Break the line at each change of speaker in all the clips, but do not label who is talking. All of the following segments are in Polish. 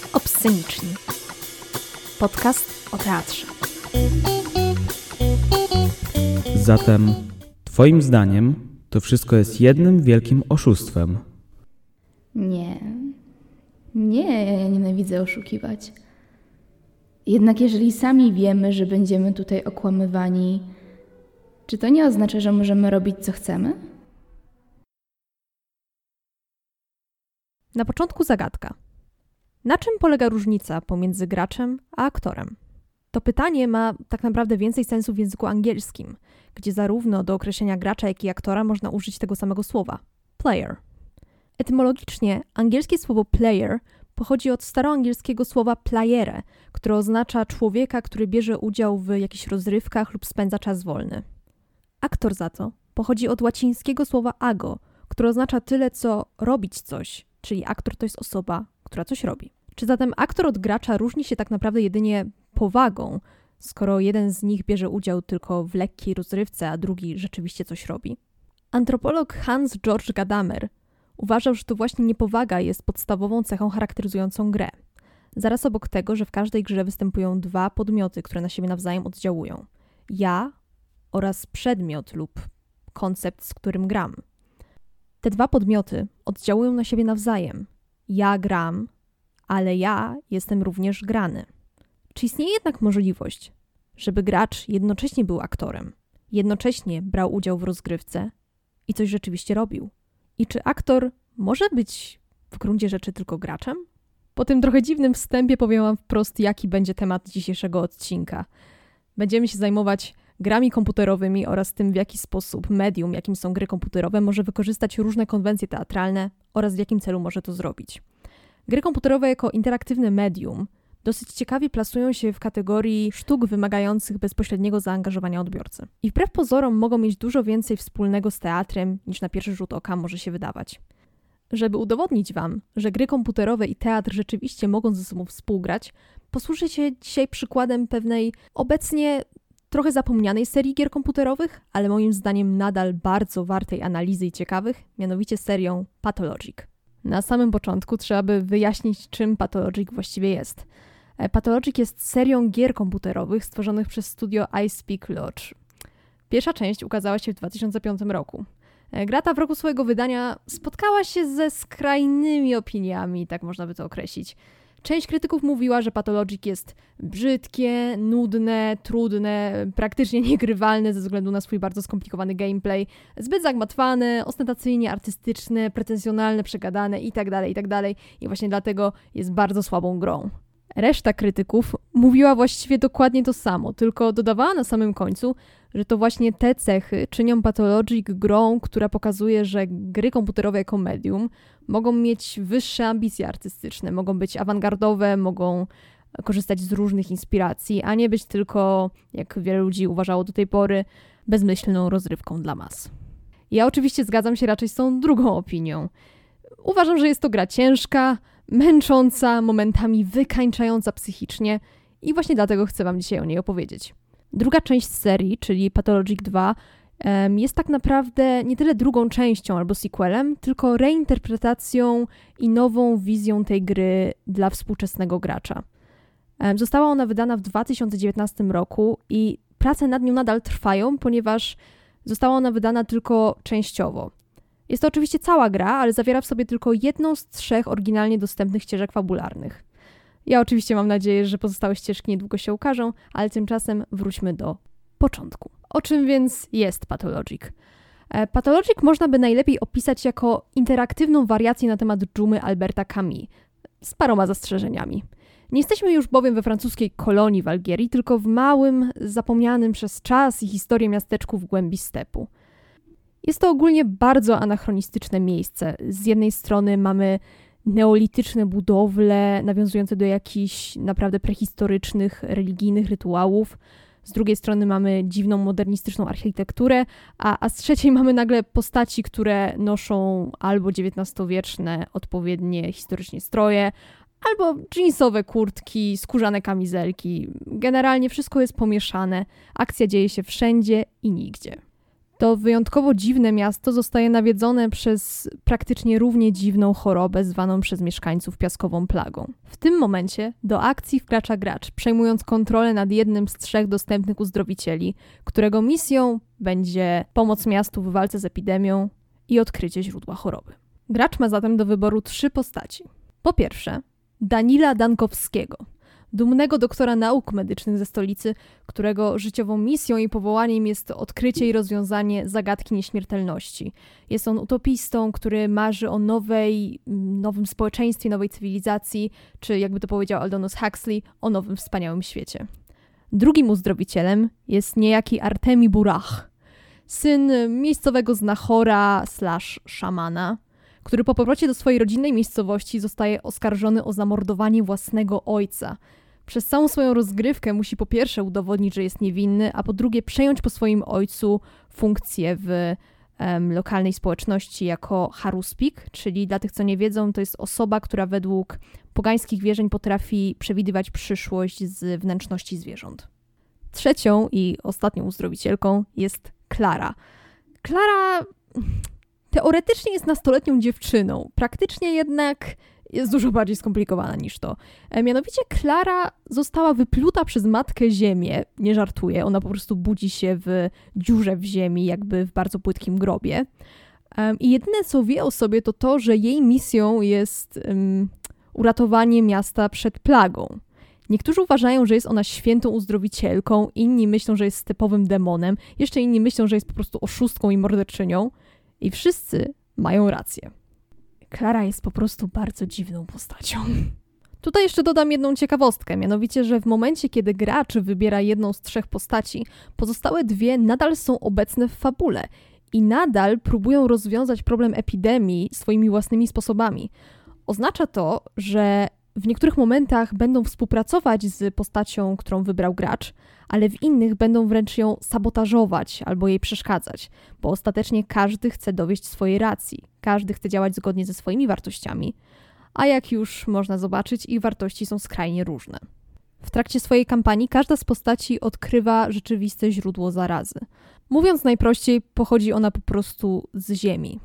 Obsceniczni. Podcast o teatrze.
Zatem, twoim zdaniem, to wszystko jest jednym wielkim oszustwem?
Nie, ja nienawidzę oszukiwać. Jednak jeżeli sami wiemy, że będziemy tutaj okłamywani, czy to nie oznacza, że możemy robić co chcemy?
Na początku zagadka. Na czym polega różnica pomiędzy graczem a aktorem? To pytanie ma tak naprawdę więcej sensu w języku angielskim, gdzie zarówno do określenia gracza, jak i aktora można użyć tego samego słowa – player. Etymologicznie angielskie słowo player pochodzi od staroangielskiego słowa playere, które oznacza człowieka, który bierze udział w jakichś rozrywkach lub spędza czas wolny. Aktor za to pochodzi od łacińskiego słowa ago, które oznacza tyle co robić coś, czyli aktor to jest osoba, która coś robi. Czy zatem aktor od gracza różni się tak naprawdę jedynie powagą, skoro jeden z nich bierze udział tylko w lekkiej rozrywce, a drugi rzeczywiście coś robi? Antropolog Hans Georg Gadamer uważał, że to właśnie niepowaga jest podstawową cechą charakteryzującą grę. Zaraz obok tego, że w każdej grze występują dwa podmioty, które na siebie nawzajem oddziałują. Ja oraz przedmiot lub koncept, z którym gram. Te dwa podmioty oddziałują na siebie nawzajem. Ja gram, ale ja jestem również grany. Czy istnieje jednak możliwość, żeby gracz jednocześnie był aktorem, jednocześnie brał udział w rozgrywce i coś rzeczywiście robił? I czy aktor może być w gruncie rzeczy tylko graczem? Po tym trochę dziwnym wstępie powiem wam wprost, jaki będzie temat dzisiejszego odcinka. Będziemy się zajmować grami komputerowymi oraz tym, w jaki sposób medium, jakim są gry komputerowe, może wykorzystać różne konwencje teatralne oraz w jakim celu może to zrobić. Gry komputerowe jako interaktywne medium dosyć ciekawie plasują się w kategorii sztuk wymagających bezpośredniego zaangażowania odbiorcy. I wbrew pozorom mogą mieć dużo więcej wspólnego z teatrem, niż na pierwszy rzut oka może się wydawać. Żeby udowodnić wam, że gry komputerowe i teatr rzeczywiście mogą ze sobą współgrać, posłużę się dzisiaj przykładem pewnej obecnie trochę zapomnianej serii gier komputerowych, ale moim zdaniem nadal bardzo wartej analizy i ciekawych, mianowicie serią Pathologic. Na samym początku trzeba by wyjaśnić, czym Pathologic właściwie jest. Pathologic jest serią gier komputerowych stworzonych przez studio iSpeak Lodge. Pierwsza część ukazała się w 2005 roku. Gra ta w roku swojego wydania spotkała się ze skrajnymi opiniami, tak można by to określić. Część krytyków mówiła, że Pathologic jest brzydkie, nudne, trudne, praktycznie niegrywalne ze względu na swój bardzo skomplikowany gameplay, zbyt zagmatwane, ostentacyjnie artystyczne, pretensjonalne, przegadane itd. I właśnie dlatego jest bardzo słabą grą. Reszta krytyków mówiła właściwie dokładnie to samo, tylko dodawała na samym końcu, że to właśnie te cechy czynią Pathologic grą, która pokazuje, że gry komputerowe jako medium mogą mieć wyższe ambicje artystyczne, mogą być awangardowe, mogą korzystać z różnych inspiracji, a nie być tylko, jak wiele ludzi uważało do tej pory, bezmyślną rozrywką dla mas. Ja oczywiście zgadzam się raczej z tą drugą opinią. Uważam, że jest to gra ciężka, męcząca, momentami wykańczająca psychicznie i właśnie dlatego chcę wam dzisiaj o niej opowiedzieć. Druga część serii, czyli Pathologic 2, jest tak naprawdę nie tyle drugą częścią albo sequelem, tylko reinterpretacją i nową wizją tej gry dla współczesnego gracza. Została ona wydana w 2019 roku i prace nad nią nadal trwają, ponieważ została ona wydana tylko częściowo. Jest to oczywiście cała gra, ale zawiera w sobie tylko jedną z 3 oryginalnie dostępnych ścieżek fabularnych. Ja oczywiście mam nadzieję, że pozostałe ścieżki niedługo się ukażą, ale tymczasem wróćmy do początku. O czym więc jest Pathologic? Pathologic można by najlepiej opisać jako interaktywną wariację na temat dżumy Alberta Camus, z paroma zastrzeżeniami. Nie jesteśmy już bowiem we francuskiej kolonii w Algierii, tylko w małym, zapomnianym przez czas i historię miasteczku w głębi stepu. Jest to ogólnie bardzo anachronistyczne miejsce. Z jednej strony mamy neolityczne budowle nawiązujące do jakichś naprawdę prehistorycznych, religijnych rytuałów. Z drugiej strony mamy dziwną, modernistyczną architekturę, a z trzeciej mamy nagle postaci, które noszą albo XIX-wieczne, odpowiednie historycznie stroje, albo jeansowe kurtki, skórzane kamizelki. Generalnie wszystko jest pomieszane, akcja dzieje się wszędzie i nigdzie. To wyjątkowo dziwne miasto zostaje nawiedzone przez praktycznie równie dziwną chorobę zwaną przez mieszkańców piaskową plagą. W tym momencie do akcji wkracza gracz, przejmując kontrolę nad jednym z 3 dostępnych uzdrowicieli, którego misją będzie pomoc miastu w walce z epidemią i odkrycie źródła choroby. Gracz ma zatem do wyboru 3 postaci. Po pierwsze, Danila Dankowskiego, dumnego doktora nauk medycznych ze stolicy, którego życiową misją i powołaniem jest odkrycie i rozwiązanie zagadki nieśmiertelności. Jest on utopistą, który marzy o nowym społeczeństwie, nowej cywilizacji, czy jakby to powiedział Aldous Huxley, o nowym wspaniałym świecie. Drugim uzdrowicielem jest niejaki Artemi Burach, syn miejscowego znachora / szamana, który po powrocie do swojej rodzinnej miejscowości zostaje oskarżony o zamordowanie własnego ojca. Przez całą swoją rozgrywkę musi po pierwsze udowodnić, że jest niewinny, a po drugie przejąć po swoim ojcu funkcję w lokalnej społeczności jako haruspik, czyli dla tych, co nie wiedzą, to jest osoba, która według pogańskich wierzeń potrafi przewidywać przyszłość z wnętrzności zwierząt. Trzecią i ostatnią uzdrowicielką jest Klara. Klara teoretycznie jest nastoletnią dziewczyną, praktycznie jednak jest dużo bardziej skomplikowana niż to. Mianowicie Klara została wypluta przez matkę Ziemię, nie żartuję, ona po prostu budzi się w dziurze w ziemi, jakby w bardzo płytkim grobie. I jedyne co wie o sobie to to, że jej misją jest uratowanie miasta przed plagą. Niektórzy uważają, że jest ona świętą uzdrowicielką, inni myślą, że jest typowym demonem, jeszcze inni myślą, że jest po prostu oszustką i morderczynią. I wszyscy mają rację. Klara jest po prostu bardzo dziwną postacią. Tutaj jeszcze dodam jedną ciekawostkę, mianowicie, że w momencie, kiedy gracz wybiera jedną z 3 postaci, pozostałe 2 nadal są obecne w fabule i nadal próbują rozwiązać problem epidemii swoimi własnymi sposobami. Oznacza to, że w niektórych momentach będą współpracować z postacią, którą wybrał gracz, ale w innych będą wręcz ją sabotażować albo jej przeszkadzać, bo ostatecznie każdy chce dowieść swojej racji, każdy chce działać zgodnie ze swoimi wartościami, a jak już można zobaczyć, ich wartości są skrajnie różne. W trakcie swojej kampanii każda z postaci odkrywa rzeczywiste źródło zarazy. Mówiąc najprościej, pochodzi ona po prostu z ziemi.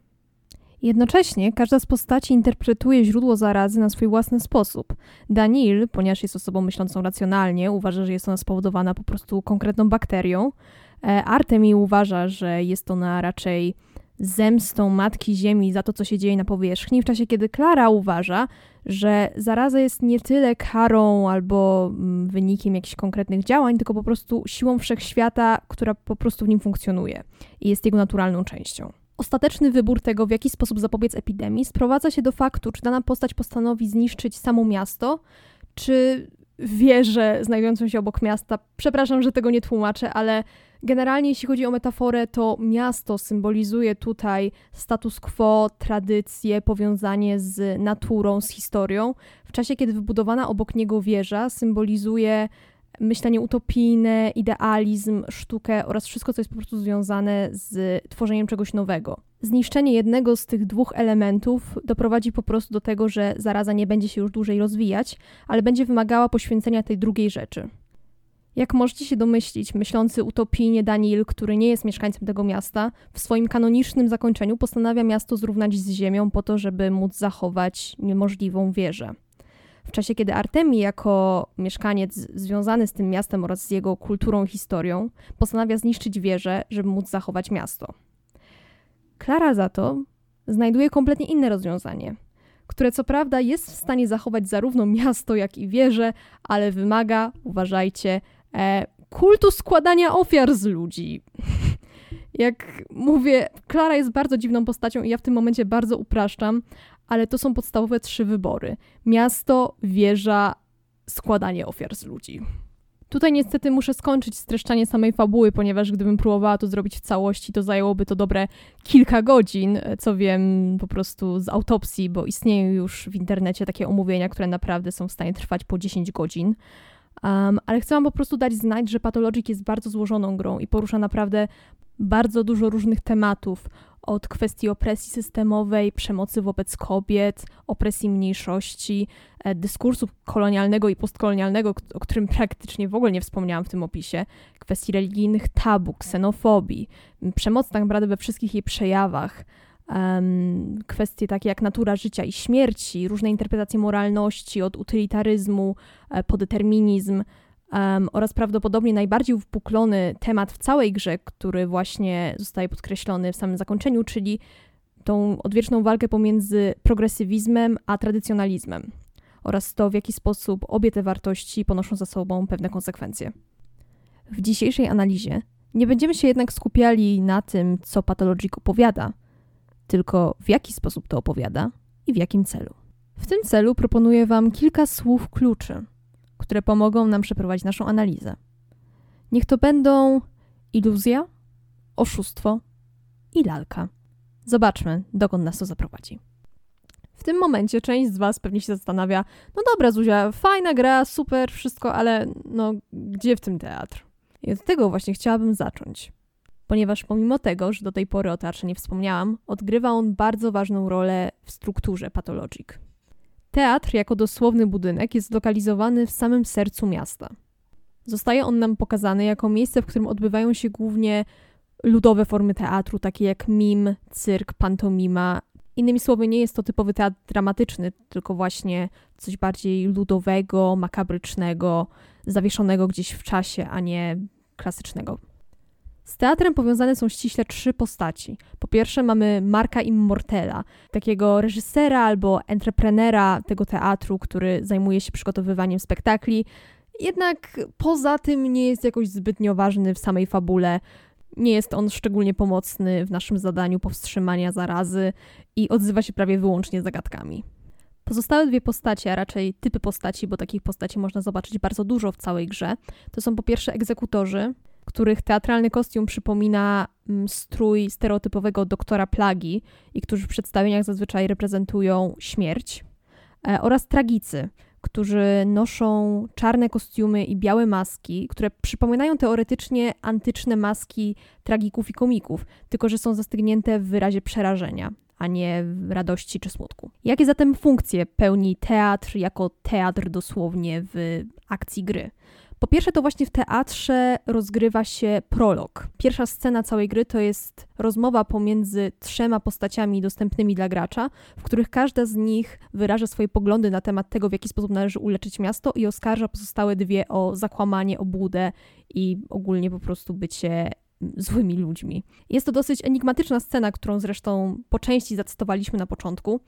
Jednocześnie każda z postaci interpretuje źródło zarazy na swój własny sposób. Danil, ponieważ jest osobą myślącą racjonalnie, uważa, że jest ona spowodowana po prostu konkretną bakterią. Artemi uważa, że jest ona raczej zemstą Matki Ziemi za to, co się dzieje na powierzchni, w czasie kiedy Klara uważa, że zaraza jest nie tyle karą albo wynikiem jakichś konkretnych działań, tylko po prostu siłą wszechświata, która po prostu w nim funkcjonuje i jest jego naturalną częścią. Ostateczny wybór tego, w jaki sposób zapobiec epidemii, sprowadza się do faktu, czy dana postać postanowi zniszczyć samo miasto, czy wieżę znajdującą się obok miasta. Przepraszam, że tego nie tłumaczę, ale generalnie jeśli chodzi o metaforę, to miasto symbolizuje tutaj status quo, tradycję, powiązanie z naturą, z historią, w czasie kiedy wybudowana obok niego wieża symbolizuje myślenie utopijne, idealizm, sztukę oraz wszystko, co jest po prostu związane z tworzeniem czegoś nowego. Zniszczenie jednego z tych 2 elementów doprowadzi po prostu do tego, że zaraza nie będzie się już dłużej rozwijać, ale będzie wymagała poświęcenia tej drugiej rzeczy. Jak możecie się domyślić, myślący utopijnie Danil, który nie jest mieszkańcem tego miasta, w swoim kanonicznym zakończeniu postanawia miasto zrównać z ziemią po to, żeby móc zachować niemożliwą wieżę. W czasie kiedy Artemi jako mieszkaniec związany z tym miastem oraz z jego kulturą i historią postanawia zniszczyć wieżę, żeby móc zachować miasto. Klara za to znajduje kompletnie inne rozwiązanie, które co prawda jest w stanie zachować zarówno miasto, jak i wieżę, ale wymaga, uważajcie, kultu składania ofiar z ludzi. Jak mówię, Klara jest bardzo dziwną postacią i ja w tym momencie bardzo upraszczam, ale to są podstawowe 3 wybory. Miasto, wieża, składanie ofiar z ludzi. Tutaj niestety muszę skończyć streszczanie samej fabuły, ponieważ gdybym próbowała to zrobić w całości, to zajęłoby to dobre kilka godzin, co wiem po prostu z autopsji, bo istnieją już w internecie takie omówienia, które naprawdę są w stanie trwać po 10 godzin. Ale chcę wam po prostu dać znać, że Pathologic jest bardzo złożoną grą i porusza naprawdę bardzo dużo różnych tematów od kwestii opresji systemowej, przemocy wobec kobiet, opresji mniejszości, dyskursu kolonialnego i postkolonialnego, o którym praktycznie w ogóle nie wspomniałam w tym opisie, kwestii religijnych tabu, ksenofobii, przemocy tak naprawdę we wszystkich jej przejawach, kwestie takie jak natura życia i śmierci, różne interpretacje moralności, od utylitaryzmu po determinizm, oraz prawdopodobnie najbardziej uwypuklony temat w całej grze, który właśnie zostaje podkreślony w samym zakończeniu, czyli tą odwieczną walkę pomiędzy progresywizmem a tradycjonalizmem oraz to, w jaki sposób obie te wartości ponoszą za sobą pewne konsekwencje. W dzisiejszej analizie nie będziemy się jednak skupiali na tym, co Pathologic opowiada, tylko w jaki sposób to opowiada i w jakim celu. W tym celu proponuję Wam kilka słów kluczy, które pomogą nam przeprowadzić naszą analizę. Niech to będą iluzja, oszustwo i lalka. Zobaczmy, dokąd nas to zaprowadzi. W tym momencie część z Was pewnie się zastanawia, no dobra Zuzia, fajna gra, super, wszystko, ale no gdzie w tym teatr? I od tego właśnie chciałabym zacząć. Ponieważ pomimo tego, że do tej pory o teatrze nie wspomniałam, odgrywa on bardzo ważną rolę w strukturze Pathologic. Teatr jako dosłowny budynek jest zlokalizowany w samym sercu miasta. Zostaje on nam pokazany jako miejsce, w którym odbywają się głównie ludowe formy teatru, takie jak mim, cyrk, pantomima. Innymi słowy, nie jest to typowy teatr dramatyczny, tylko właśnie coś bardziej ludowego, makabrycznego, zawieszonego gdzieś w czasie, a nie klasycznego. Z teatrem powiązane są ściśle 3 postaci. Po pierwsze mamy Marka Immortela, takiego reżysera albo entreprenera tego teatru, który zajmuje się przygotowywaniem spektakli, jednak poza tym nie jest jakoś zbytnio ważny w samej fabule. Nie jest on szczególnie pomocny w naszym zadaniu powstrzymania zarazy i odzywa się prawie wyłącznie zagadkami. Pozostałe 2 postacie, a raczej typy postaci, bo takich postaci można zobaczyć bardzo dużo w całej grze, to są po pierwsze egzekutorzy, których teatralny kostium przypomina strój stereotypowego doktora plagi i którzy w przedstawieniach zazwyczaj reprezentują śmierć, oraz tragicy, którzy noszą czarne kostiumy i białe maski, które przypominają teoretycznie antyczne maski tragików i komików, tylko że są zastygnięte w wyrazie przerażenia, a nie w radości czy smutku. Jakie zatem funkcje pełni teatr jako teatr dosłownie w akcji gry? Po pierwsze, to właśnie w teatrze rozgrywa się prolog. Pierwsza scena całej gry to jest rozmowa pomiędzy 3 postaciami dostępnymi dla gracza, w których każda z nich wyraża swoje poglądy na temat tego, w jaki sposób należy uleczyć miasto i oskarża pozostałe 2 o zakłamanie, obłudę i ogólnie po prostu bycie złymi ludźmi. Jest to dosyć enigmatyczna scena, którą zresztą po części zacytowaliśmy na początku,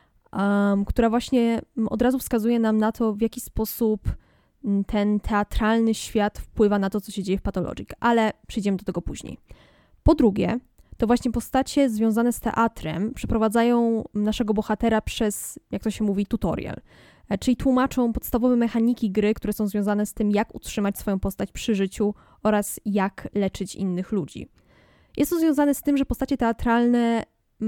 która właśnie od razu wskazuje nam na to, w jaki sposób ten teatralny świat wpływa na to, co się dzieje w Pathologic, ale przyjdziemy do tego później. Po drugie, to właśnie postacie związane z teatrem przeprowadzają naszego bohatera przez, jak to się mówi, tutorial, czyli tłumaczą podstawowe mechaniki gry, które są związane z tym, jak utrzymać swoją postać przy życiu oraz jak leczyć innych ludzi. Jest to związane z tym, że postacie teatralne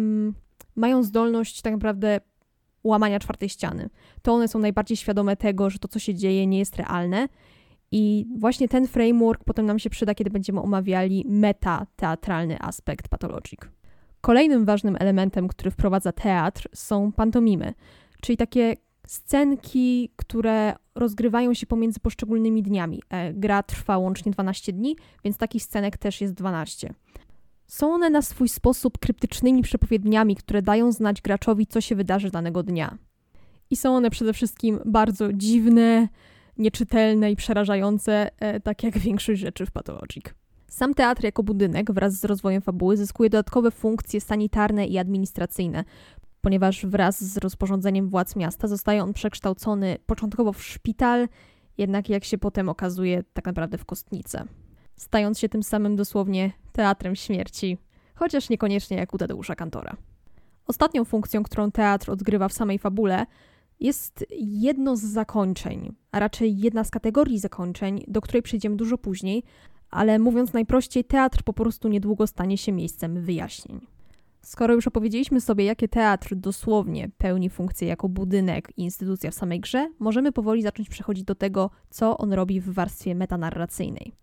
mają zdolność tak naprawdę łamania 4 ściany. To one są najbardziej świadome tego, że to, co się dzieje, nie jest realne i właśnie ten framework potem nam się przyda, kiedy będziemy omawiali meta-teatralny aspekt Pathologic. Kolejnym ważnym elementem, który wprowadza teatr, są pantomimy, czyli takie scenki, które rozgrywają się pomiędzy poszczególnymi dniami. Gra trwa łącznie 12 dni, więc takich scenek też jest 12. Są one na swój sposób kryptycznymi przepowiedniami, które dają znać graczowi, co się wydarzy danego dnia. I są one przede wszystkim bardzo dziwne, nieczytelne i przerażające, tak jak większość rzeczy w Pathologic. Sam teatr jako budynek wraz z rozwojem fabuły zyskuje dodatkowe funkcje sanitarne i administracyjne, ponieważ wraz z rozporządzeniem władz miasta zostaje on przekształcony początkowo w szpital, jednak jak się potem okazuje, tak naprawdę w kostnicę, stając się tym samym dosłownie teatrem śmierci, chociaż niekoniecznie jak u Tadeusza Kantora. Ostatnią funkcją, którą teatr odgrywa w samej fabule, jest jedno z zakończeń, a raczej jedna z kategorii zakończeń, do której przejdziemy dużo później, ale mówiąc najprościej, teatr po prostu niedługo stanie się miejscem wyjaśnień. Skoro już opowiedzieliśmy sobie, jakie teatr dosłownie pełni funkcję jako budynek i instytucja w samej grze, możemy powoli zacząć przechodzić do tego, co on robi w warstwie metanarracyjnej.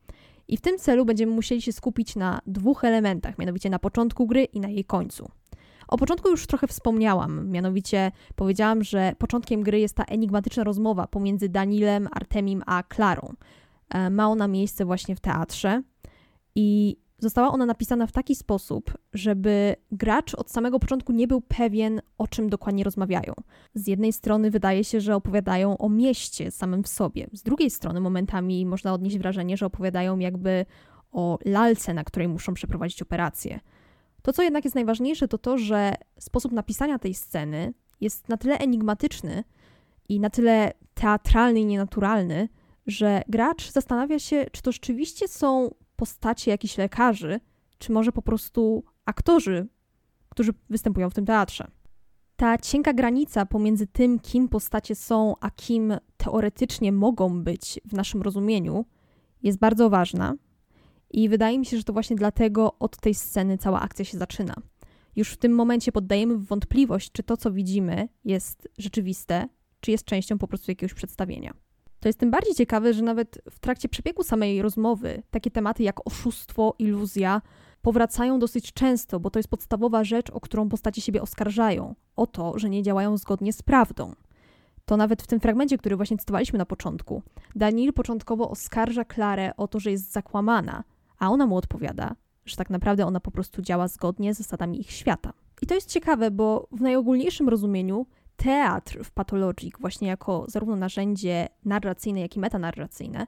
I w tym celu będziemy musieli się skupić na 2 elementach, mianowicie na początku gry i na jej końcu. O początku już trochę wspomniałam, mianowicie powiedziałam, że początkiem gry jest ta enigmatyczna rozmowa pomiędzy Danielem, Artemim a Klarą. Ma ona miejsce właśnie w teatrze i została ona napisana w taki sposób, żeby gracz od samego początku nie był pewien, o czym dokładnie rozmawiają. Z jednej strony wydaje się, że opowiadają o mieście samym w sobie. Z drugiej strony momentami można odnieść wrażenie, że opowiadają jakby o lalce, na której muszą przeprowadzić operację. To, co jednak jest najważniejsze, to to, że sposób napisania tej sceny jest na tyle enigmatyczny i na tyle teatralny i nienaturalny, że gracz zastanawia się, czy to rzeczywiście są postacie jakichś lekarzy, czy może po prostu aktorzy, którzy występują w tym teatrze. Ta cienka granica pomiędzy tym, kim postacie są, a kim teoretycznie mogą być w naszym rozumieniu, jest bardzo ważna i wydaje mi się, że to właśnie dlatego od tej sceny cała akcja się zaczyna. Już w tym momencie poddajemy w wątpliwość, czy to, co widzimy, jest rzeczywiste, czy jest częścią po prostu jakiegoś przedstawienia. To jest tym bardziej ciekawe, że nawet w trakcie przebiegu samej rozmowy takie tematy jak oszustwo, iluzja powracają dosyć często, bo to jest podstawowa rzecz, o którą postacie siebie oskarżają. O to, że nie działają zgodnie z prawdą. To nawet w tym fragmencie, który właśnie cytowaliśmy na początku. Daniel początkowo oskarża Klarę o to, że jest zakłamana, a ona mu odpowiada, że tak naprawdę ona po prostu działa zgodnie z zasadami ich świata. I to jest ciekawe, bo w najogólniejszym rozumieniu teatr w Pathologic, właśnie jako zarówno narzędzie narracyjne, jak i metanarracyjne,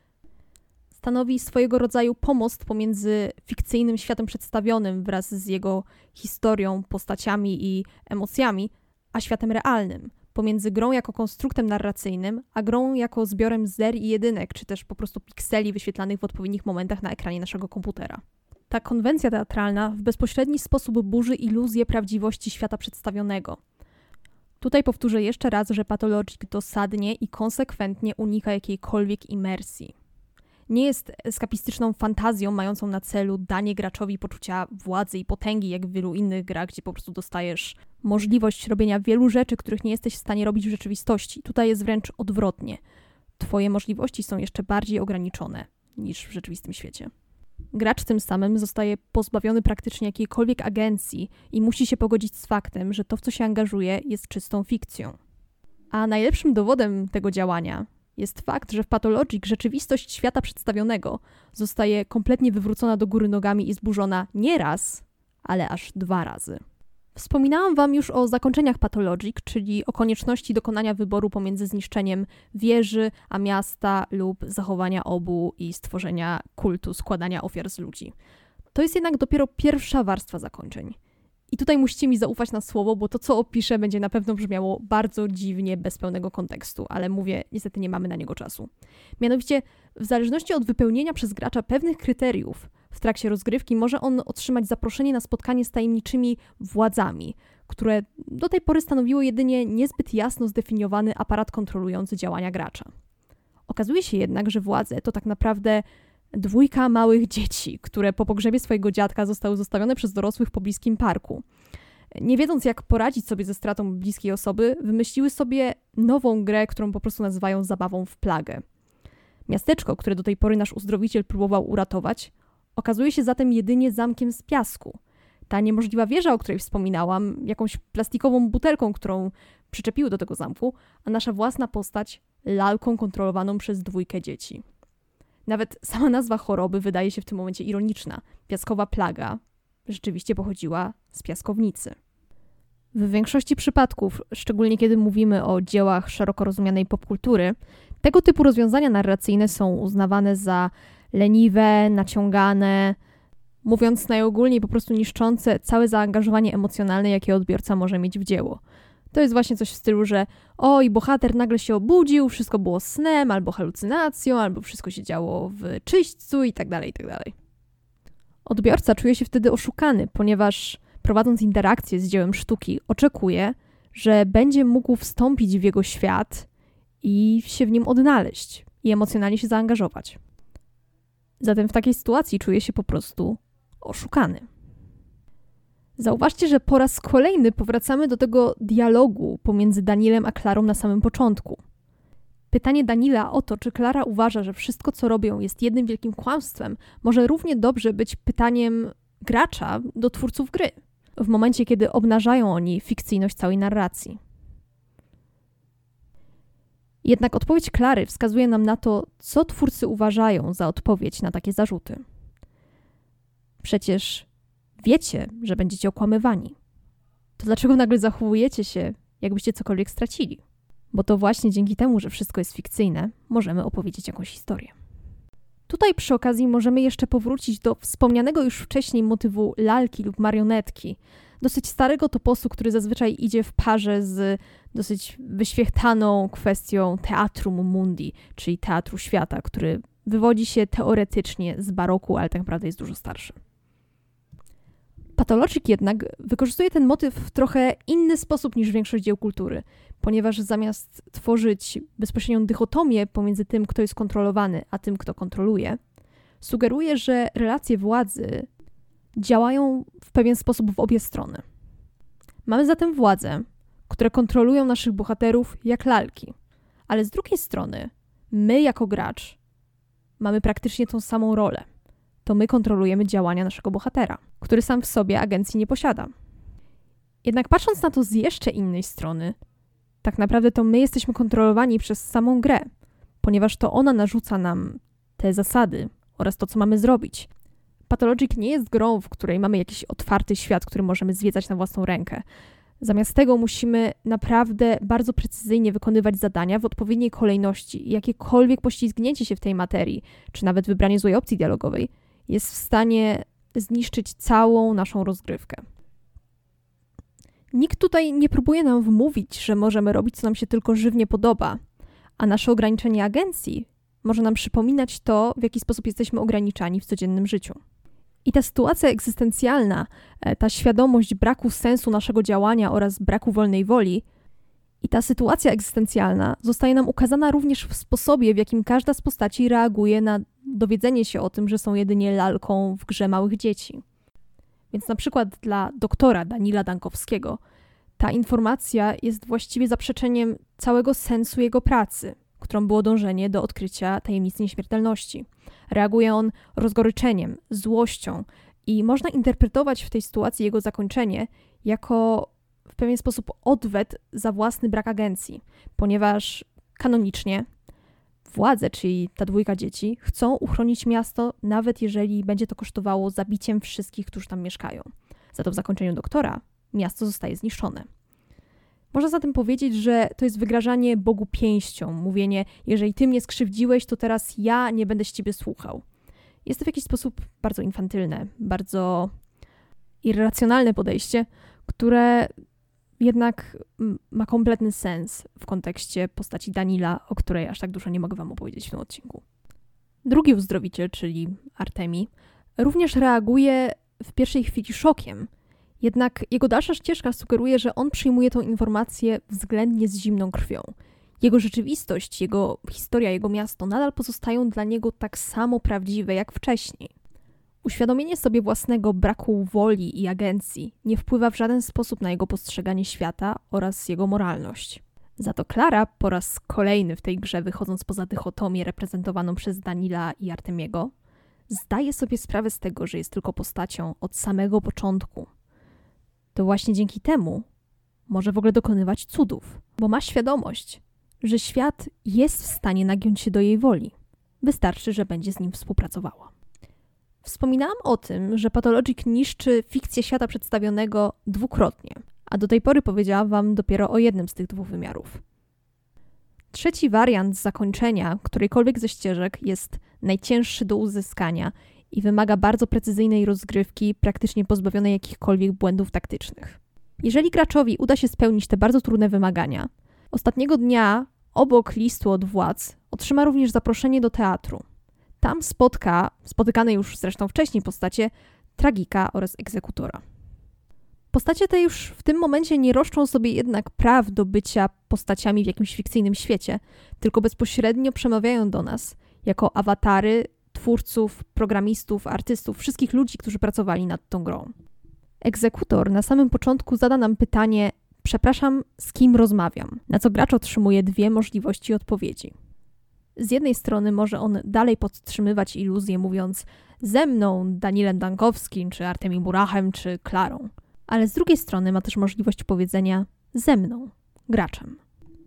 stanowi swojego rodzaju pomost pomiędzy fikcyjnym światem przedstawionym wraz z jego historią, postaciami i emocjami, a światem realnym, pomiędzy grą jako konstruktem narracyjnym, a grą jako zbiorem zer i jedynek, czy też po prostu pikseli wyświetlanych w odpowiednich momentach na ekranie naszego komputera. Ta konwencja teatralna w bezpośredni sposób burzy iluzję prawdziwości świata przedstawionego. Tutaj powtórzę jeszcze raz, że Pathologic dosadnie i konsekwentnie unika jakiejkolwiek imersji. Nie jest eskapistyczną fantazją mającą na celu danie graczowi poczucia władzy i potęgi, jak w wielu innych grach, gdzie po prostu dostajesz możliwość robienia wielu rzeczy, których nie jesteś w stanie robić w rzeczywistości. Tutaj jest wręcz odwrotnie. Twoje możliwości są jeszcze bardziej ograniczone niż w rzeczywistym świecie. Gracz tym samym zostaje pozbawiony praktycznie jakiejkolwiek agencji i musi się pogodzić z faktem, że to, w co się angażuje, jest czystą fikcją. A najlepszym dowodem tego działania jest fakt, że w Pathologic rzeczywistość świata przedstawionego zostaje kompletnie wywrócona do góry nogami i zburzona nie raz, ale aż 2 razy. Wspominałam wam już o zakończeniach Pathologic, czyli o konieczności dokonania wyboru pomiędzy zniszczeniem wieży a miasta lub zachowania obu i stworzenia kultu składania ofiar z ludzi. To jest jednak dopiero pierwsza warstwa zakończeń. I tutaj musicie mi zaufać na słowo, bo to, co opiszę, będzie na pewno brzmiało bardzo dziwnie, bez pełnego kontekstu, ale mówię, niestety nie mamy na niego czasu. Mianowicie, w zależności od wypełnienia przez gracza pewnych kryteriów w trakcie rozgrywki, może on otrzymać zaproszenie na spotkanie z tajemniczymi władzami, które do tej pory stanowiło jedynie niezbyt jasno zdefiniowany aparat kontrolujący działania gracza. Okazuje się jednak, że władze to tak naprawdę 2 małych dzieci, które po pogrzebie swojego dziadka zostały zostawione przez dorosłych w pobliskim parku. Nie wiedząc, jak poradzić sobie ze stratą bliskiej osoby, wymyśliły sobie nową grę, którą po prostu nazywają zabawą w plagę. Miasteczko, które do tej pory nasz uzdrowiciel próbował uratować, okazuje się zatem jedynie zamkiem z piasku. Ta niemożliwa wieża, o której wspominałam, jakąś plastikową butelką, którą przyczepiły do tego zamku, a nasza własna postać lalką kontrolowaną przez 2 dzieci. Nawet sama nazwa choroby wydaje się w tym momencie ironiczna. Piaskowa plaga rzeczywiście pochodziła z piaskownicy. W większości przypadków, szczególnie kiedy mówimy o dziełach szeroko rozumianej popkultury, tego typu rozwiązania narracyjne są uznawane za leniwe, naciągane, mówiąc najogólniej po prostu niszczące całe zaangażowanie emocjonalne, jakie odbiorca może mieć w dzieło. To jest właśnie coś w stylu, że oj, bohater nagle się obudził, wszystko było snem, albo halucynacją, albo wszystko się działo w czyśćcu i tak dalej, i tak dalej. Odbiorca czuje się wtedy oszukany, ponieważ prowadząc interakcję z dziełem sztuki, oczekuje, że będzie mógł wstąpić w jego świat i się w nim odnaleźć i emocjonalnie się zaangażować. Zatem w takiej sytuacji czuje się po prostu oszukany. Zauważcie, że po raz kolejny powracamy do tego dialogu pomiędzy Danielem a Klarą na samym początku. Pytanie Danila o to, czy Klara uważa, że wszystko, co robią, jest jednym wielkim kłamstwem, może równie dobrze być pytaniem gracza do twórców gry, w momencie, kiedy obnażają oni fikcyjność całej narracji. Jednak odpowiedź Klary wskazuje nam na to, co twórcy uważają za odpowiedź na takie zarzuty. Przecież wiecie, że będziecie okłamywani. To dlaczego nagle zachowujecie się, jakbyście cokolwiek stracili? Bo to właśnie dzięki temu, że wszystko jest fikcyjne, możemy opowiedzieć jakąś historię. Tutaj przy okazji możemy jeszcze powrócić do wspomnianego już wcześniej motywu lalki lub marionetki, dosyć starego toposu, który zazwyczaj idzie w parze z dosyć wyświechtaną kwestią teatrum mundi, czyli teatru świata, który wywodzi się teoretycznie z baroku, ale tak naprawdę jest dużo starszy. Pathologic jednak wykorzystuje ten motyw w trochę inny sposób niż większość dzieł kultury, ponieważ zamiast tworzyć bezpośrednią dychotomię pomiędzy tym, kto jest kontrolowany, a tym, kto kontroluje, sugeruje, że relacje władzy działają w pewien sposób w obie strony. Mamy zatem władze, które kontrolują naszych bohaterów jak lalki, ale z drugiej strony my jako gracz mamy praktycznie tą samą rolę. To my kontrolujemy działania naszego bohatera, który sam w sobie agencji nie posiada. Jednak patrząc na to z jeszcze innej strony, tak naprawdę to my jesteśmy kontrolowani przez samą grę, ponieważ to ona narzuca nam te zasady oraz to, co mamy zrobić. Pathologic nie jest grą, w której mamy jakiś otwarty świat, który możemy zwiedzać na własną rękę. Zamiast tego musimy naprawdę bardzo precyzyjnie wykonywać zadania w odpowiedniej kolejności. Jakiekolwiek poślizgnięcie się w tej materii, czy nawet wybranie złej opcji dialogowej, jest w stanie zniszczyć całą naszą rozgrywkę. Nikt tutaj nie próbuje nam wmówić, że możemy robić, co nam się tylko żywnie podoba, a nasze ograniczenie agencji może nam przypominać to, w jaki sposób jesteśmy ograniczani w codziennym życiu. I ta sytuacja egzystencjalna, ta świadomość braku sensu naszego działania oraz braku wolnej woli, i ta sytuacja egzystencjalna zostaje nam ukazana również w sposobie, w jakim każda z postaci reaguje na dowiedzenie się o tym, że są jedynie lalką w grze małych dzieci. Więc na przykład dla doktora Danila Dankowskiego ta informacja jest właściwie zaprzeczeniem całego sensu jego pracy, którą było dążenie do odkrycia tajemnicy nieśmiertelności. Reaguje on rozgoryczeniem, złością i można interpretować w tej sytuacji jego zakończenie jako w pewien sposób odwet za własny brak agencji, ponieważ kanonicznie władze, czyli ta dwójka dzieci, chcą uchronić miasto, nawet jeżeli będzie to kosztowało zabiciem wszystkich, którzy tam mieszkają. Za to w zakończeniu doktora miasto zostaje zniszczone. Można zatem powiedzieć, że to jest wygrażanie Bogu pięścią, mówienie, jeżeli ty mnie skrzywdziłeś, to teraz ja nie będę z ciebie słuchał. Jest to w jakiś sposób bardzo infantylne, bardzo irracjonalne podejście, które jednak ma kompletny sens w kontekście postaci Danila, o której aż tak dużo nie mogę wam opowiedzieć w tym odcinku. Drugi uzdrowiciel, czyli Artemi, również reaguje w pierwszej chwili szokiem, jednak jego dalsza ścieżka sugeruje, że on przyjmuje tą informację względnie z zimną krwią. Jego rzeczywistość, jego historia, jego miasto nadal pozostają dla niego tak samo prawdziwe jak wcześniej. Uświadomienie sobie własnego braku woli i agencji nie wpływa w żaden sposób na jego postrzeganie świata oraz jego moralność. Za to Klara po raz kolejny w tej grze, wychodząc poza dychotomię reprezentowaną przez Danila i Artemiego, zdaje sobie sprawę z tego, że jest tylko postacią od samego początku. To właśnie dzięki temu może w ogóle dokonywać cudów, bo ma świadomość, że świat jest w stanie nagiąć się do jej woli. Wystarczy, że będzie z nim współpracowała. Wspominałam o tym, że Pathologic niszczy fikcję świata przedstawionego dwukrotnie, a do tej pory powiedziałam wam dopiero o jednym z tych dwóch wymiarów. Trzeci wariant zakończenia którejkolwiek ze ścieżek jest najcięższy do uzyskania i wymaga bardzo precyzyjnej rozgrywki, praktycznie pozbawionej jakichkolwiek błędów taktycznych. Jeżeli graczowi uda się spełnić te bardzo trudne wymagania, ostatniego dnia obok listu od władz otrzyma również zaproszenie do teatru. Tam spotka spotykane już zresztą wcześniej postacie tragika oraz egzekutora. Postacie te już w tym momencie nie roszczą sobie jednak praw do bycia postaciami w jakimś fikcyjnym świecie, tylko bezpośrednio przemawiają do nas jako awatary twórców, programistów, artystów, wszystkich ludzi, którzy pracowali nad tą grą. Egzekutor na samym początku zada nam pytanie, przepraszam, z kim rozmawiam? Na co gracz otrzymuje dwie możliwości odpowiedzi. Z jednej strony może on dalej podtrzymywać iluzję, mówiąc ze mną, Danielem Dankowskim, czy Artemim Burachem, czy Klarą. Ale z drugiej strony ma też możliwość powiedzenia ze mną, graczem.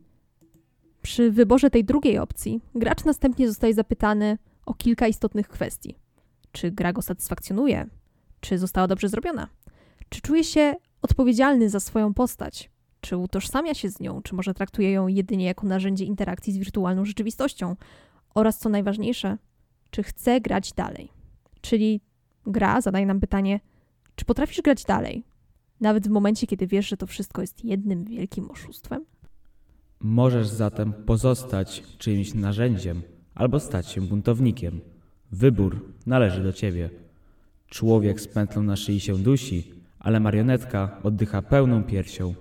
Przy wyborze tej drugiej opcji gracz następnie zostaje zapytany o kilka istotnych kwestii. Czy gra go satysfakcjonuje? Czy została dobrze zrobiona? Czy czuje się odpowiedzialny za swoją postać? Czy utożsamia się z nią? Czy może traktuje ją jedynie jako narzędzie interakcji z wirtualną rzeczywistością? Oraz co najważniejsze, czy chce grać dalej? Czyli gra zadaje nam pytanie, czy potrafisz grać dalej? Nawet w momencie, kiedy wiesz, że to wszystko jest jednym wielkim oszustwem?
Możesz zatem pozostać czyimś narzędziem albo stać się buntownikiem. Wybór należy do ciebie. Człowiek z pętlą na szyi się dusi, ale marionetka oddycha pełną piersią.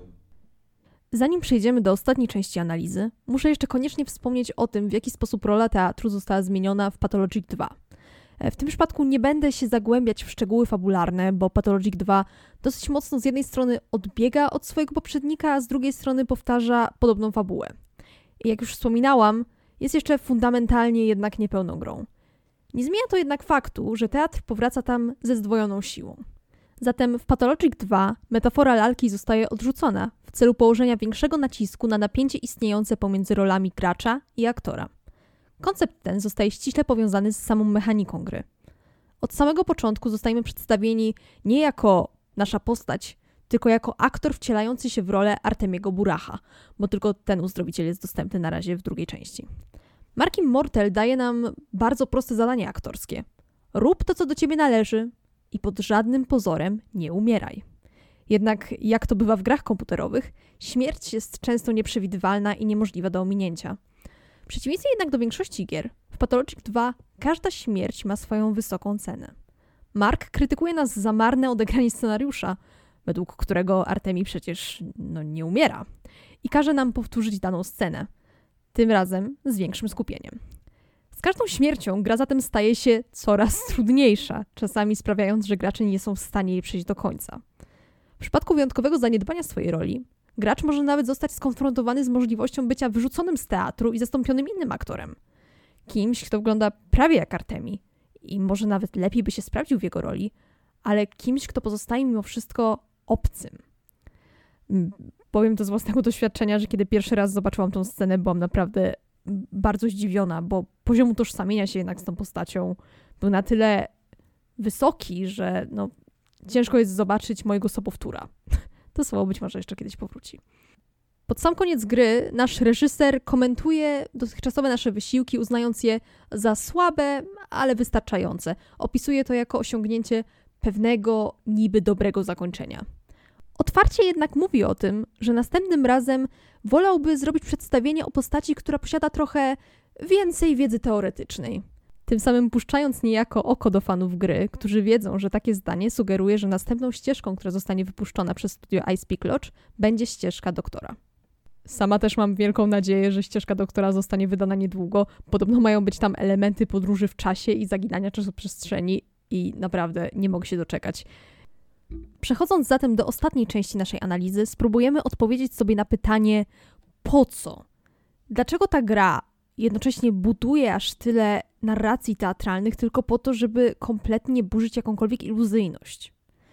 Zanim przejdziemy do ostatniej części analizy, muszę jeszcze koniecznie wspomnieć o tym, w jaki sposób rola teatru została zmieniona w Pathologic 2. W tym przypadku nie będę się zagłębiać w szczegóły fabularne, bo Pathologic 2 dosyć mocno z jednej strony odbiega od swojego poprzednika, a z drugiej strony powtarza podobną fabułę. I jak już wspominałam, jest jeszcze fundamentalnie jednak niepełną grą. Nie zmienia to jednak faktu, że teatr powraca tam ze zdwojoną siłą. Zatem w Pathologic 2 metafora lalki zostaje odrzucona w celu położenia większego nacisku na napięcie istniejące pomiędzy rolami gracza i aktora. Koncept ten zostaje ściśle powiązany z samą mechaniką gry. Od samego początku zostajemy przedstawieni nie jako nasza postać, tylko jako aktor wcielający się w rolę Artemiego Buracha, bo tylko ten uzdrowiciel jest dostępny na razie w drugiej części. Mark Immortal daje nam bardzo proste zadanie aktorskie. Rób to, co do ciebie należy i pod żadnym pozorem nie umieraj. Jednak, jak to bywa w grach komputerowych, śmierć jest często nieprzewidywalna i niemożliwa do ominięcia. W przeciwieństwie jednak do większości gier, w Pathologic 2 każda śmierć ma swoją wysoką cenę. Mark krytykuje nas za marne odegranie scenariusza, według którego Artemi przecież nie umiera, i każe nam powtórzyć daną scenę, tym razem z większym skupieniem. Z każdą śmiercią gra zatem staje się coraz trudniejsza, czasami sprawiając, że gracze nie są w stanie jej przejść do końca. W przypadku wyjątkowego zaniedbania swojej roli, gracz może nawet zostać skonfrontowany z możliwością bycia wyrzuconym z teatru i zastąpionym innym aktorem. Kimś, kto wygląda prawie jak Artemi i może nawet lepiej by się sprawdził w jego roli, ale kimś, kto pozostaje mimo wszystko obcym. Powiem to z własnego doświadczenia, że kiedy pierwszy raz zobaczyłam tą scenę, byłam naprawdę bardzo zdziwiona, bo poziom utożsamienia się jednak z tą postacią był na tyle wysoki, że ciężko jest zobaczyć mojego sobowtóra. To słowo być może jeszcze kiedyś powróci. Pod sam koniec gry nasz reżyser komentuje dotychczasowe nasze wysiłki, uznając je za słabe, ale wystarczające. Opisuje to jako osiągnięcie pewnego niby dobrego zakończenia. Otwarcie jednak mówi o tym, że następnym razem wolałby zrobić przedstawienie o postaci, która posiada trochę więcej wiedzy teoretycznej. Tym samym puszczając niejako oko do fanów gry, którzy wiedzą, że takie zdanie sugeruje, że następną ścieżką, która zostanie wypuszczona przez studio Ice Peak Lodge, będzie ścieżka doktora. Sama też mam wielką nadzieję, że ścieżka doktora zostanie wydana niedługo. Podobno mają być tam elementy podróży w czasie i zaginania czasoprzestrzeni i naprawdę nie mogę się doczekać. Przechodząc zatem do ostatniej części naszej analizy, spróbujemy odpowiedzieć sobie na pytanie, po co? Dlaczego ta gra jednocześnie buduje aż tyle narracji teatralnych tylko po to, żeby kompletnie burzyć jakąkolwiek iluzyjność?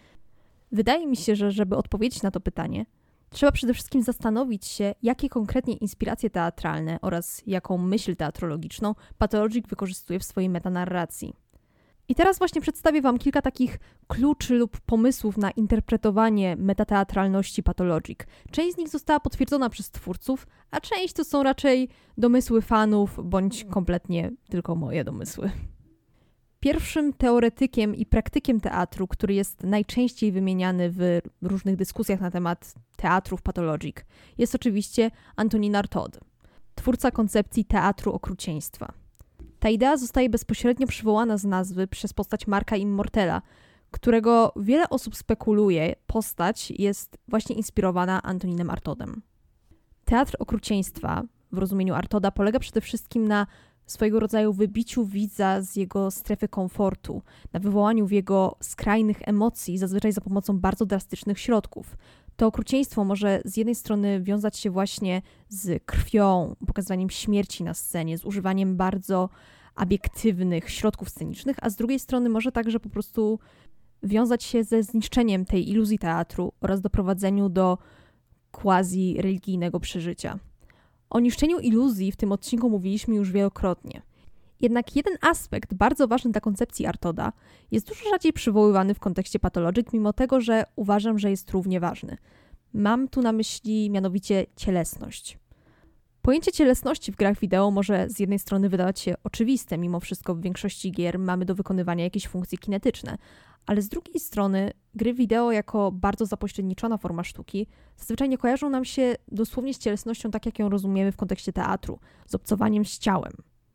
Wydaje mi się, że żeby odpowiedzieć na to pytanie, trzeba przede wszystkim zastanowić się, jakie konkretnie inspiracje teatralne oraz jaką myśl teatrologiczną Pathologic wykorzystuje w swojej metanarracji. I teraz właśnie przedstawię Wam kilka takich kluczy lub pomysłów na interpretowanie metateatralności Pathologic. Część z nich została potwierdzona przez twórców, a część to są raczej domysły fanów, bądź kompletnie tylko moje domysły. Pierwszym teoretykiem i praktykiem teatru, który jest najczęściej wymieniany w różnych dyskusjach na temat teatrów Pathologic, jest oczywiście Antonin Artaud, twórca koncepcji teatru okrucieństwa. Ta idea zostaje bezpośrednio przywołana z nazwy przez postać Marka Immortala, którego wiele osób spekuluje, postać jest właśnie inspirowana Antoninem Artaudem. Teatr okrucieństwa w rozumieniu Artauda polega przede wszystkim na swojego rodzaju wybiciu widza z jego strefy komfortu, na wywołaniu w jego skrajnych emocji, zazwyczaj za pomocą bardzo drastycznych środków. To okrucieństwo może z jednej strony wiązać się właśnie z krwią, pokazywaniem śmierci na scenie, z używaniem bardzo obiektywnych środków scenicznych, a z drugiej strony może także po prostu wiązać się ze zniszczeniem tej iluzji teatru oraz doprowadzeniu do quasi-religijnego przeżycia. O niszczeniu iluzji w tym odcinku mówiliśmy już wielokrotnie. Jednak jeden aspekt bardzo ważny dla koncepcji Artauda jest dużo rzadziej przywoływany w kontekście Pathologic, mimo tego, że uważam, że jest równie ważny. Mam tu na myśli mianowicie cielesność. Pojęcie cielesności w grach wideo może z jednej strony wydawać się oczywiste, mimo wszystko w większości gier mamy do wykonywania jakieś funkcje kinetyczne, ale z drugiej strony gry wideo jako bardzo zapośredniczona forma sztuki zazwyczaj nie kojarzą nam się dosłownie z cielesnością tak, jak ją rozumiemy w kontekście teatru, z obcowaniem z ciałem.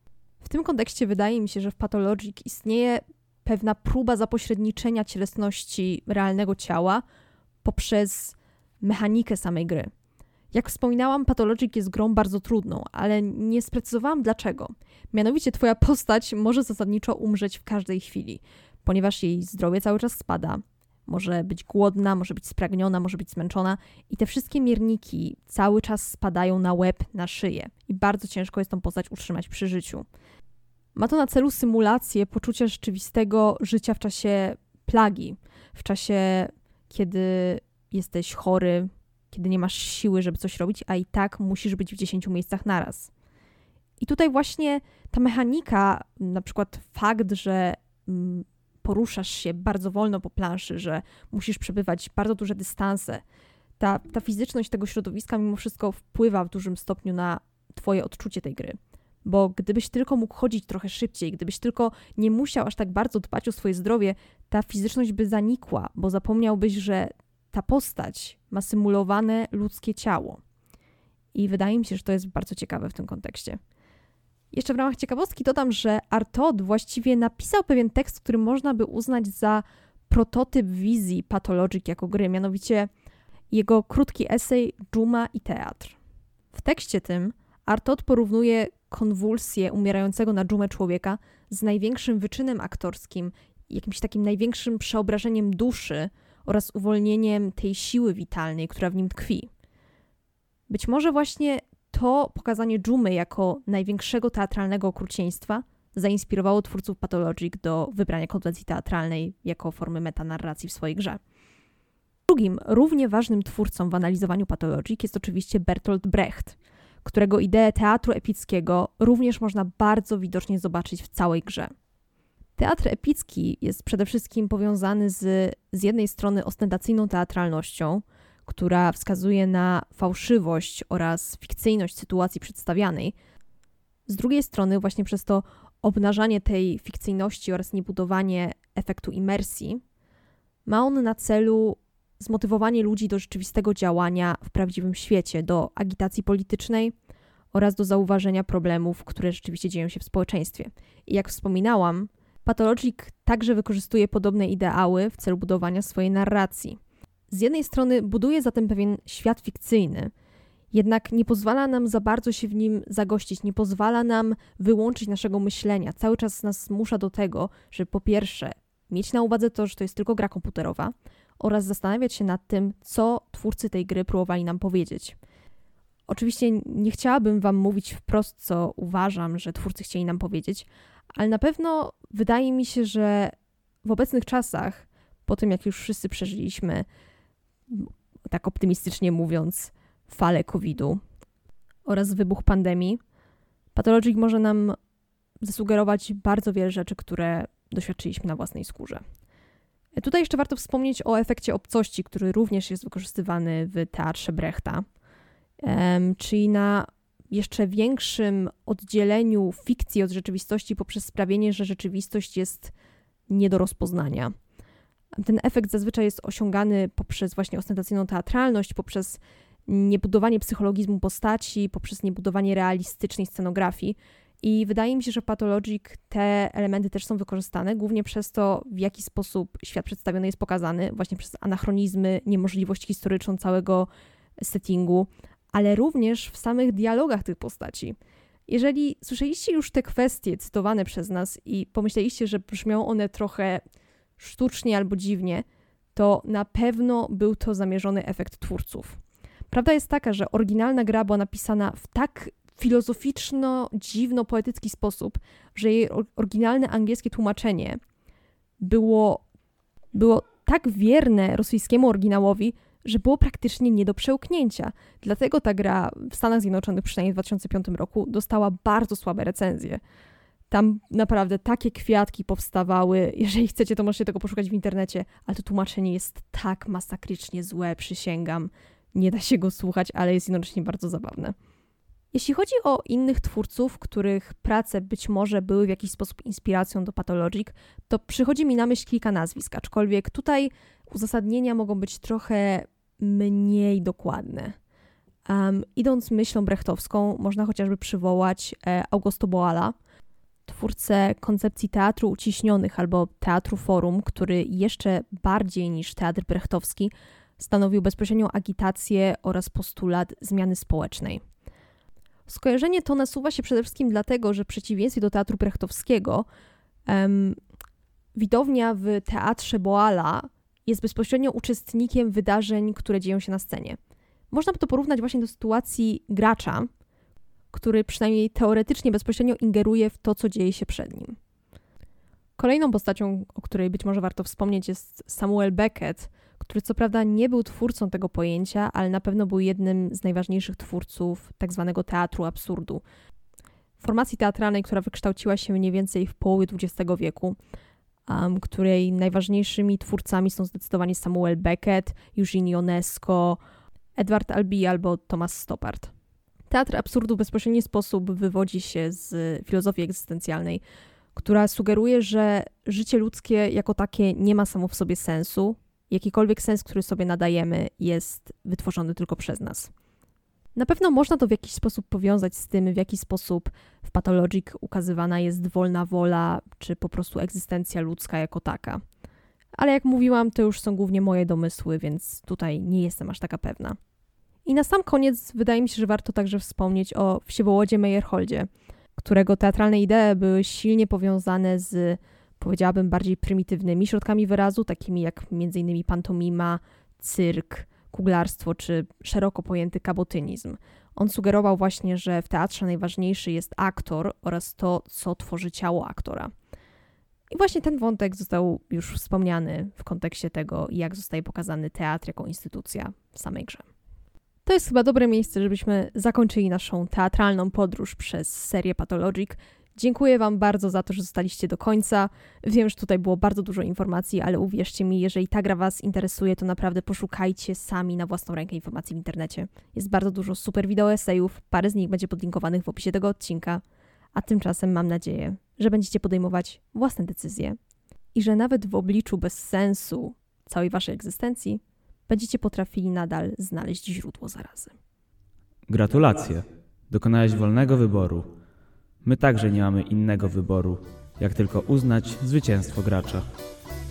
W tym kontekście wydaje mi się, że w Pathologic istnieje pewna próba zapośredniczenia cielesności realnego ciała poprzez mechanikę samej gry. Jak wspominałam, Pathologic jest grą bardzo trudną, ale nie sprecyzowałam dlaczego. Mianowicie twoja postać może zasadniczo umrzeć w każdej chwili, ponieważ jej zdrowie cały czas spada. Może być głodna, może być spragniona, może być zmęczona i te wszystkie mierniki cały czas spadają na łeb, na szyję i bardzo ciężko jest tą postać utrzymać przy życiu. Ma to na celu symulację poczucia rzeczywistego życia w czasie plagi, w czasie, kiedy jesteś chory, kiedy nie masz siły, żeby coś robić, a i tak musisz być w 10 miejscach naraz. I tutaj właśnie ta mechanika, na przykład fakt, że poruszasz się bardzo wolno po planszy, że musisz przebywać bardzo duże dystanse, ta fizyczność tego środowiska mimo wszystko wpływa w dużym stopniu na twoje odczucie tej gry. Bo gdybyś tylko mógł chodzić trochę szybciej, gdybyś tylko nie musiał aż tak bardzo dbać o swoje zdrowie, ta fizyczność by zanikła, bo zapomniałbyś, że ta postać ma symulowane ludzkie ciało. I wydaje mi się, że to jest bardzo ciekawe w tym kontekście. Jeszcze w ramach ciekawostki dodam, że Artaud właściwie napisał pewien tekst, który można by uznać za prototyp wizji Pathologic jako gry, mianowicie jego krótki esej Dżuma i teatr. W tekście tym Artaud porównuje konwulsję umierającego na dżumę człowieka z największym wyczynem aktorskim, jakimś takim największym przeobrażeniem duszy oraz uwolnieniem tej siły witalnej, która w nim tkwi. Być może właśnie to pokazanie dżumy jako największego teatralnego okrucieństwa zainspirowało twórców Pathologic do wybrania konwencji teatralnej jako formy metanarracji w swojej grze. Drugim, równie ważnym twórcą w analizowaniu Pathologic jest oczywiście Bertolt Brecht, którego ideę teatru epickiego również można bardzo widocznie zobaczyć w całej grze. Teatr epicki jest przede wszystkim powiązany z jednej strony ostentacyjną teatralnością, która wskazuje na fałszywość oraz fikcyjność sytuacji przedstawianej. Z drugiej strony właśnie przez to obnażanie tej fikcyjności oraz niebudowanie efektu imersji ma on na celu zmotywowanie ludzi do rzeczywistego działania w prawdziwym świecie, do agitacji politycznej oraz do zauważenia problemów, które rzeczywiście dzieją się w społeczeństwie. I jak wspominałam, Pathologic także wykorzystuje podobne ideały w celu budowania swojej narracji. Z jednej strony buduje zatem pewien świat fikcyjny, jednak nie pozwala nam za bardzo się w nim zagościć, nie pozwala nam wyłączyć naszego myślenia. Cały czas nas zmusza do tego, żeby po pierwsze mieć na uwadze to, że to jest tylko gra komputerowa oraz zastanawiać się nad tym, co twórcy tej gry próbowali nam powiedzieć. Oczywiście nie chciałabym wam mówić wprost, co uważam, że twórcy chcieli nam powiedzieć, ale na pewno wydaje mi się, że w obecnych czasach, po tym jak już wszyscy przeżyliśmy, tak optymistycznie mówiąc, falę COVID-u oraz wybuch pandemii, Pathologic może nam zasugerować bardzo wiele rzeczy, które doświadczyliśmy na własnej skórze. Tutaj jeszcze warto wspomnieć o efekcie obcości, który również jest wykorzystywany w teatrze Brechta, czyli na jeszcze większym oddzieleniu fikcji od rzeczywistości poprzez sprawienie, że rzeczywistość jest nie do rozpoznania. Ten efekt zazwyczaj jest osiągany poprzez właśnie ostentacyjną teatralność, poprzez niebudowanie psychologizmu postaci, poprzez niebudowanie realistycznej scenografii. I wydaje mi się, że w Pathologic te elementy też są wykorzystane, głównie przez to, w jaki sposób świat przedstawiony jest pokazany, właśnie przez anachronizmy, niemożliwość historyczną całego settingu, ale również w samych dialogach tych postaci. Jeżeli słyszeliście już te kwestie cytowane przez nas i pomyśleliście, że brzmią one trochę sztucznie albo dziwnie, to na pewno był to zamierzony efekt twórców. Prawda jest taka, że oryginalna gra była napisana w tak filozoficzno-dziwno-poetycki sposób, że jej oryginalne angielskie tłumaczenie było tak wierne rosyjskiemu oryginałowi, że było praktycznie nie do przełknięcia. Dlatego ta gra w Stanach Zjednoczonych, przynajmniej w 2005 roku, dostała bardzo słabe recenzje. Tam naprawdę takie kwiatki powstawały. Jeżeli chcecie, to możecie tego poszukać w internecie, ale to tłumaczenie jest tak masakrycznie złe, przysięgam. Nie da się go słuchać, ale jest jednocześnie bardzo zabawne. Jeśli chodzi o innych twórców, których prace być może były w jakiś sposób inspiracją do Pathologic, to przychodzi mi na myśl kilka nazwisk, aczkolwiek tutaj uzasadnienia mogą być trochę mniej dokładne. Idąc myślą brechtowską, można chociażby przywołać Augusto Boala, twórcę koncepcji teatru uciśnionych albo teatru forum, który jeszcze bardziej niż teatr brechtowski stanowił bezpośrednią agitację oraz postulat zmiany społecznej. Skojarzenie to nasuwa się przede wszystkim dlatego, że w przeciwieństwie do teatru brechtowskiego widownia w teatrze Boala jest bezpośrednio uczestnikiem wydarzeń, które dzieją się na scenie. Można by to porównać właśnie do sytuacji gracza, który przynajmniej teoretycznie bezpośrednio ingeruje w to, co dzieje się przed nim. Kolejną postacią, o której być może warto wspomnieć, jest Samuel Beckett, który co prawda nie był twórcą tego pojęcia, ale na pewno był jednym z najważniejszych twórców tak zwanego teatru absurdu. Formacji teatralnej, która wykształciła się mniej więcej w połowie XX wieku, której najważniejszymi twórcami są zdecydowanie Samuel Beckett, Eugene Ionesco, Edward Albee albo Thomas Stoppard. Teatr absurdu w bezpośredni sposób wywodzi się z filozofii egzystencjalnej, która sugeruje, że życie ludzkie jako takie nie ma samo w sobie sensu. Jakikolwiek sens, który sobie nadajemy, jest wytworzony tylko przez nas. Na pewno można to w jakiś sposób powiązać z tym, w jaki sposób w Pathologic ukazywana jest wolna wola, czy po prostu egzystencja ludzka jako taka. Ale jak mówiłam, to już są głównie moje domysły, więc tutaj nie jestem aż taka pewna. I na sam koniec wydaje mi się, że warto także wspomnieć o Wsiewołodzie Meyerholdzie, którego teatralne idee były silnie powiązane z, powiedziałabym, bardziej prymitywnymi środkami wyrazu, takimi jak m.in. pantomima, cyrk, kuglarstwo czy szeroko pojęty kabotynizm. On sugerował właśnie, że w teatrze najważniejszy jest aktor oraz to, co tworzy ciało aktora. I właśnie ten wątek został już wspomniany w kontekście tego, jak zostaje pokazany teatr jako instytucja w samej grze. To jest chyba dobre miejsce, żebyśmy zakończyli naszą teatralną podróż przez serię Pathologic. Dziękuję Wam bardzo za to, że zostaliście do końca. Wiem, że tutaj było bardzo dużo informacji, ale uwierzcie mi, jeżeli ta gra Was interesuje, to naprawdę poszukajcie sami na własną rękę informacji w internecie. Jest bardzo dużo super wideo esejów, parę z nich będzie podlinkowanych w opisie tego odcinka, a tymczasem mam nadzieję, że będziecie podejmować własne decyzje i że nawet w obliczu bezsensu całej Waszej egzystencji będziecie potrafili nadal znaleźć źródło zarazy.
Gratulacje! Dokonałeś wolnego wyboru. My także nie mamy innego wyboru, jak tylko uznać zwycięstwo gracza.